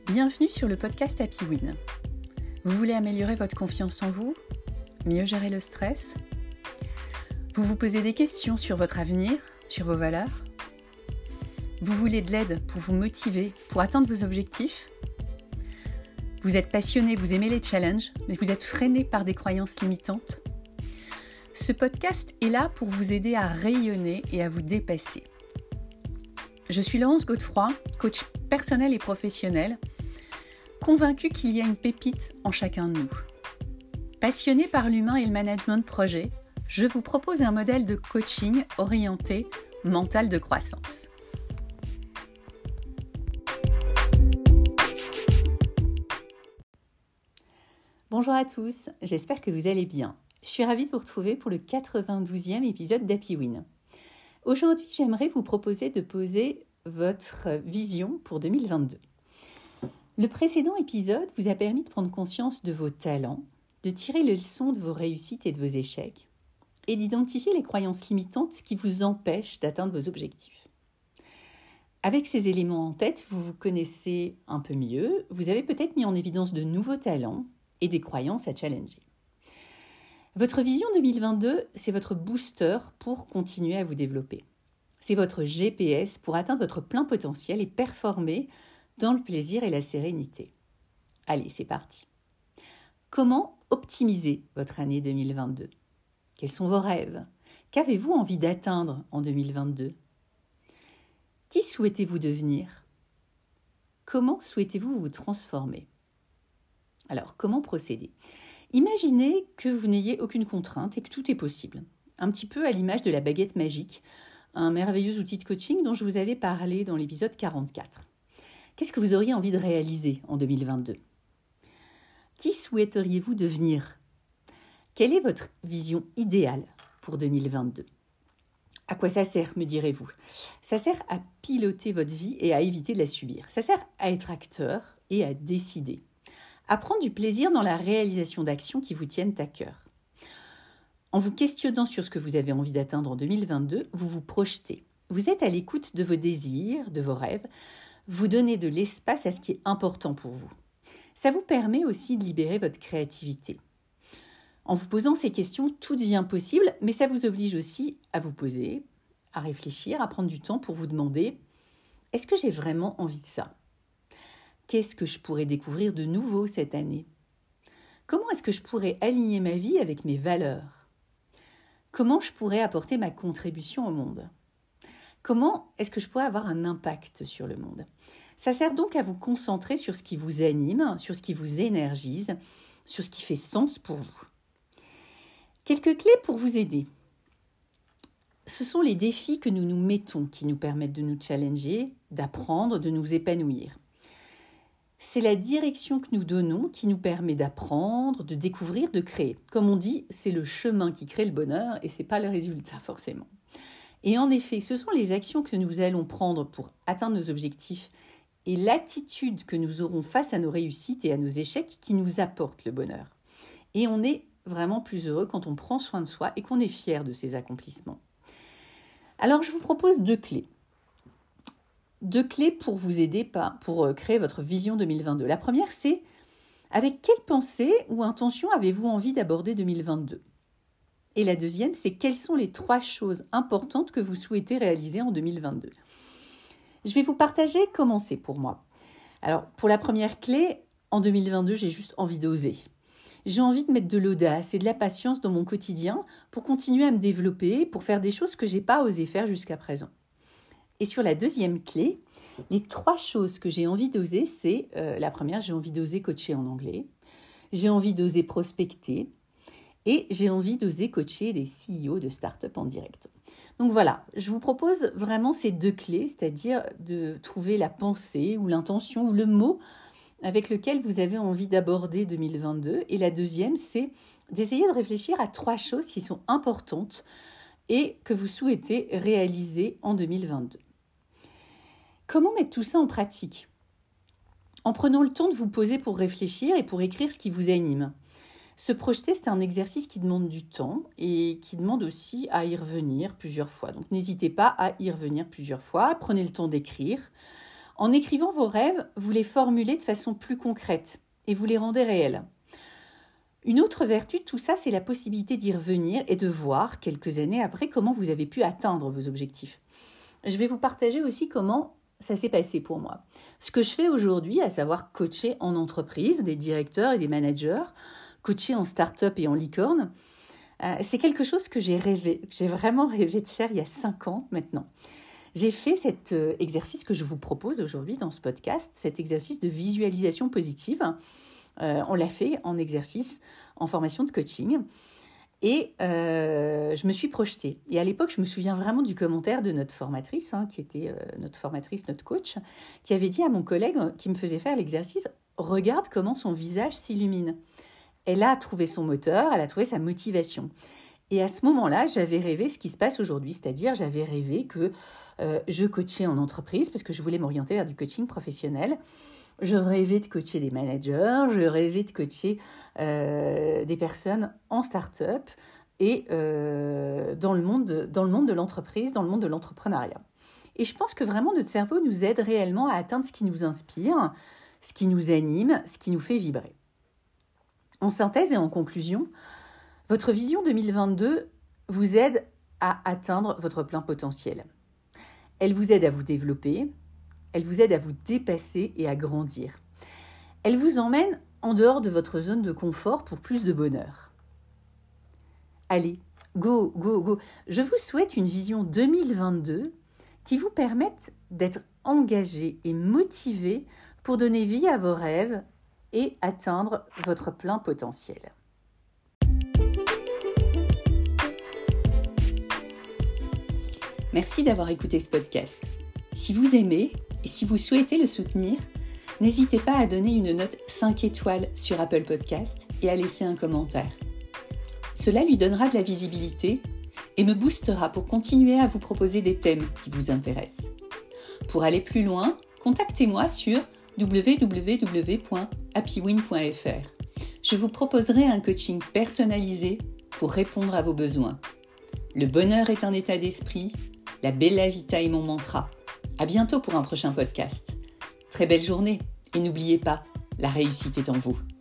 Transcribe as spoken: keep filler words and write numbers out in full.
Bienvenue sur le podcast Happy Win. Vous voulez améliorer votre confiance en vous, mieux gérer le stress? Vous vous posez des questions sur votre avenir, sur vos valeurs? Vous voulez de l'aide pour vous motiver, pour atteindre vos objectifs? Vous êtes passionné, vous aimez les challenges, mais vous êtes freiné par des croyances limitantes? Ce podcast est là pour vous aider à rayonner et à vous dépasser. Je suis Laurence Godefroy, coach personnel et professionnel, convaincue qu'il y a une pépite en chacun de nous. Passionnée par l'humain et le management de projet, je vous propose un modèle de coaching orienté mental de croissance. Bonjour à tous, j'espère que vous allez bien. Je suis ravie de vous retrouver pour le quatre-vingt-douzième épisode d'Happy Win. Aujourd'hui, j'aimerais vous proposer de poser votre vision pour deux mille vingt-deux. Le précédent épisode vous a permis de prendre conscience de vos talents, de tirer les leçons de vos réussites et de vos échecs, et d'identifier les croyances limitantes qui vous empêchent d'atteindre vos objectifs. Avec ces éléments en tête, vous vous connaissez un peu mieux, vous avez peut-être mis en évidence de nouveaux talents et des croyances à challenger. Votre vision deux mille vingt-deux, c'est votre booster pour continuer à vous développer. C'est votre G P S pour atteindre votre plein potentiel et performer dans le plaisir et la sérénité. Allez, c'est parti. Comment optimiser votre année deux mille vingt-deux? Quels sont vos rêves? Qu'avez-vous envie d'atteindre en deux mille vingt-deux? Qui souhaitez-vous devenir? Comment souhaitez-vous vous transformer? Alors, comment procéder? Imaginez que vous n'ayez aucune contrainte et que tout est possible. Un petit peu à l'image de la baguette magique, un merveilleux outil de coaching dont je vous avais parlé dans l'épisode quarante-quatre. Qu'est-ce que vous auriez envie de réaliser en deux mille vingt-deux? Qui souhaiteriez-vous devenir? Quelle est votre vision idéale pour deux mille vingt-deux? À quoi ça sert, me direz-vous? Ça sert à piloter votre vie et à éviter de la subir. Ça sert à être acteur et à décider. À prendre du plaisir dans la réalisation d'actions qui vous tiennent à cœur. En vous questionnant sur ce que vous avez envie d'atteindre en deux mille vingt-deux, vous vous projetez. Vous êtes à l'écoute de vos désirs, de vos rêves. Vous donnez de l'espace à ce qui est important pour vous. Ça vous permet aussi de libérer votre créativité. En vous posant ces questions, tout devient possible, mais ça vous oblige aussi à vous poser, à réfléchir, à prendre du temps pour vous demander « Est-ce que j'ai vraiment envie de ça ? Qu'est-ce que je pourrais découvrir de nouveau cette année ? Comment est-ce que je pourrais aligner ma vie avec mes valeurs ? Comment je pourrais apporter ma contribution au monde ? Comment est-ce que je pourrais avoir un impact sur le monde ? Ça sert donc à vous concentrer sur ce qui vous anime, sur ce qui vous énergise, sur ce qui fait sens pour vous. Quelques clés pour vous aider. Ce sont les défis que nous nous mettons qui nous permettent de nous challenger, d'apprendre, de nous épanouir. C'est la direction que nous donnons qui nous permet d'apprendre, de découvrir, de créer. Comme on dit, c'est le chemin qui crée le bonheur et ce n'est pas le résultat forcément. Et en effet, ce sont les actions que nous allons prendre pour atteindre nos objectifs et l'attitude que nous aurons face à nos réussites et à nos échecs qui nous apportent le bonheur. Et on est vraiment plus heureux quand on prend soin de soi et qu'on est fier de ses accomplissements. Alors, je vous propose deux clés. Deux clés pour vous aider, pour créer votre vision deux mille vingt-deux. La première, c'est avec quelle pensée ou intention avez-vous envie d'aborder deux mille vingt-deux? Et la deuxième, c'est quelles sont les trois choses importantes que vous souhaitez réaliser en deux mille vingt-deux. Je vais vous partager comment c'est pour moi. Alors, pour la première clé, en deux mille vingt-deux, j'ai juste envie d'oser. J'ai envie de mettre de l'audace et de la patience dans mon quotidien pour continuer à me développer, pour faire des choses que je n'ai pas osé faire jusqu'à présent. Et sur la deuxième clé, les trois choses que j'ai envie d'oser, c'est euh, la première, j'ai envie d'oser coacher en anglais, j'ai envie d'oser prospecter et j'ai envie d'oser coacher des C E O de start-up en direct. Donc voilà, je vous propose vraiment ces deux clés, c'est-à-dire de trouver la pensée ou l'intention ou le mot avec lequel vous avez envie d'aborder deux mille vingt-deux. Et la deuxième, c'est d'essayer de réfléchir à trois choses qui sont importantes et que vous souhaitez réaliser en deux mille vingt-deux. Comment mettre tout ça en pratique? En prenant le temps de vous poser pour réfléchir et pour écrire ce qui vous anime. Se projeter, c'est un exercice qui demande du temps et qui demande aussi à y revenir plusieurs fois. Donc n'hésitez pas à y revenir plusieurs fois. Prenez le temps d'écrire. En écrivant vos rêves, vous les formulez de façon plus concrète et vous les rendez réels. Une autre vertu de tout ça, c'est la possibilité d'y revenir et de voir, quelques années après, comment vous avez pu atteindre vos objectifs. Je vais vous partager aussi comment ça s'est passé pour moi. Ce que je fais aujourd'hui, à savoir coacher en entreprise des directeurs et des managers, coacher en start-up et en licorne, euh, c'est quelque chose que j'ai rêvé, que j'ai vraiment rêvé de faire il y a cinq ans maintenant. J'ai fait cet euh, exercice que je vous propose aujourd'hui dans ce podcast, cet exercice de visualisation positive. Euh, on l'a fait en exercice, en formation de coaching. Et euh, je me suis projetée. Et à l'époque, je me souviens vraiment du commentaire de notre formatrice, hein, qui était euh, notre formatrice, notre coach, qui avait dit à mon collègue qui me faisait faire l'exercice, « Regarde comment son visage s'illumine ». Elle a trouvé son moteur, elle a trouvé sa motivation. Et à ce moment-là, j'avais rêvé ce qui se passe aujourd'hui, c'est-à-dire j'avais rêvé que euh, je coachais en entreprise parce que je voulais m'orienter vers du coaching professionnel. Je rêvais de coacher des managers, je rêvais de coacher euh, des personnes en start-up et euh, dans, le monde de, dans le monde de l'entreprise, dans le monde de l'entrepreneuriat. Et je pense que vraiment notre cerveau nous aide réellement à atteindre ce qui nous inspire, ce qui nous anime, ce qui nous fait vibrer. En synthèse et en conclusion, votre vision deux mille vingt-deux vous aide à atteindre votre plein potentiel. Elle vous aide à vous développer, elle vous aide à vous dépasser et à grandir. Elle vous emmène en dehors de votre zone de confort pour plus de bonheur. Allez, go, go, go. Je vous souhaite une vision deux mille vingt-deux qui vous permette d'être engagé et motivé pour donner vie à vos rêves et atteindre votre plein potentiel. Merci d'avoir écouté ce podcast. Si vous aimez et si vous souhaitez le soutenir, n'hésitez pas à donner une note cinq étoiles sur Apple Podcast et à laisser un commentaire. Cela lui donnera de la visibilité et me boostera pour continuer à vous proposer des thèmes qui vous intéressent. Pour aller plus loin, contactez-moi sur w w w point happy win point f r. Je vous proposerai un coaching personnalisé pour répondre à vos besoins. Le bonheur est un état d'esprit, la bella vita est mon mantra. À bientôt pour un prochain podcast. Très belle journée et n'oubliez pas, la réussite est en vous.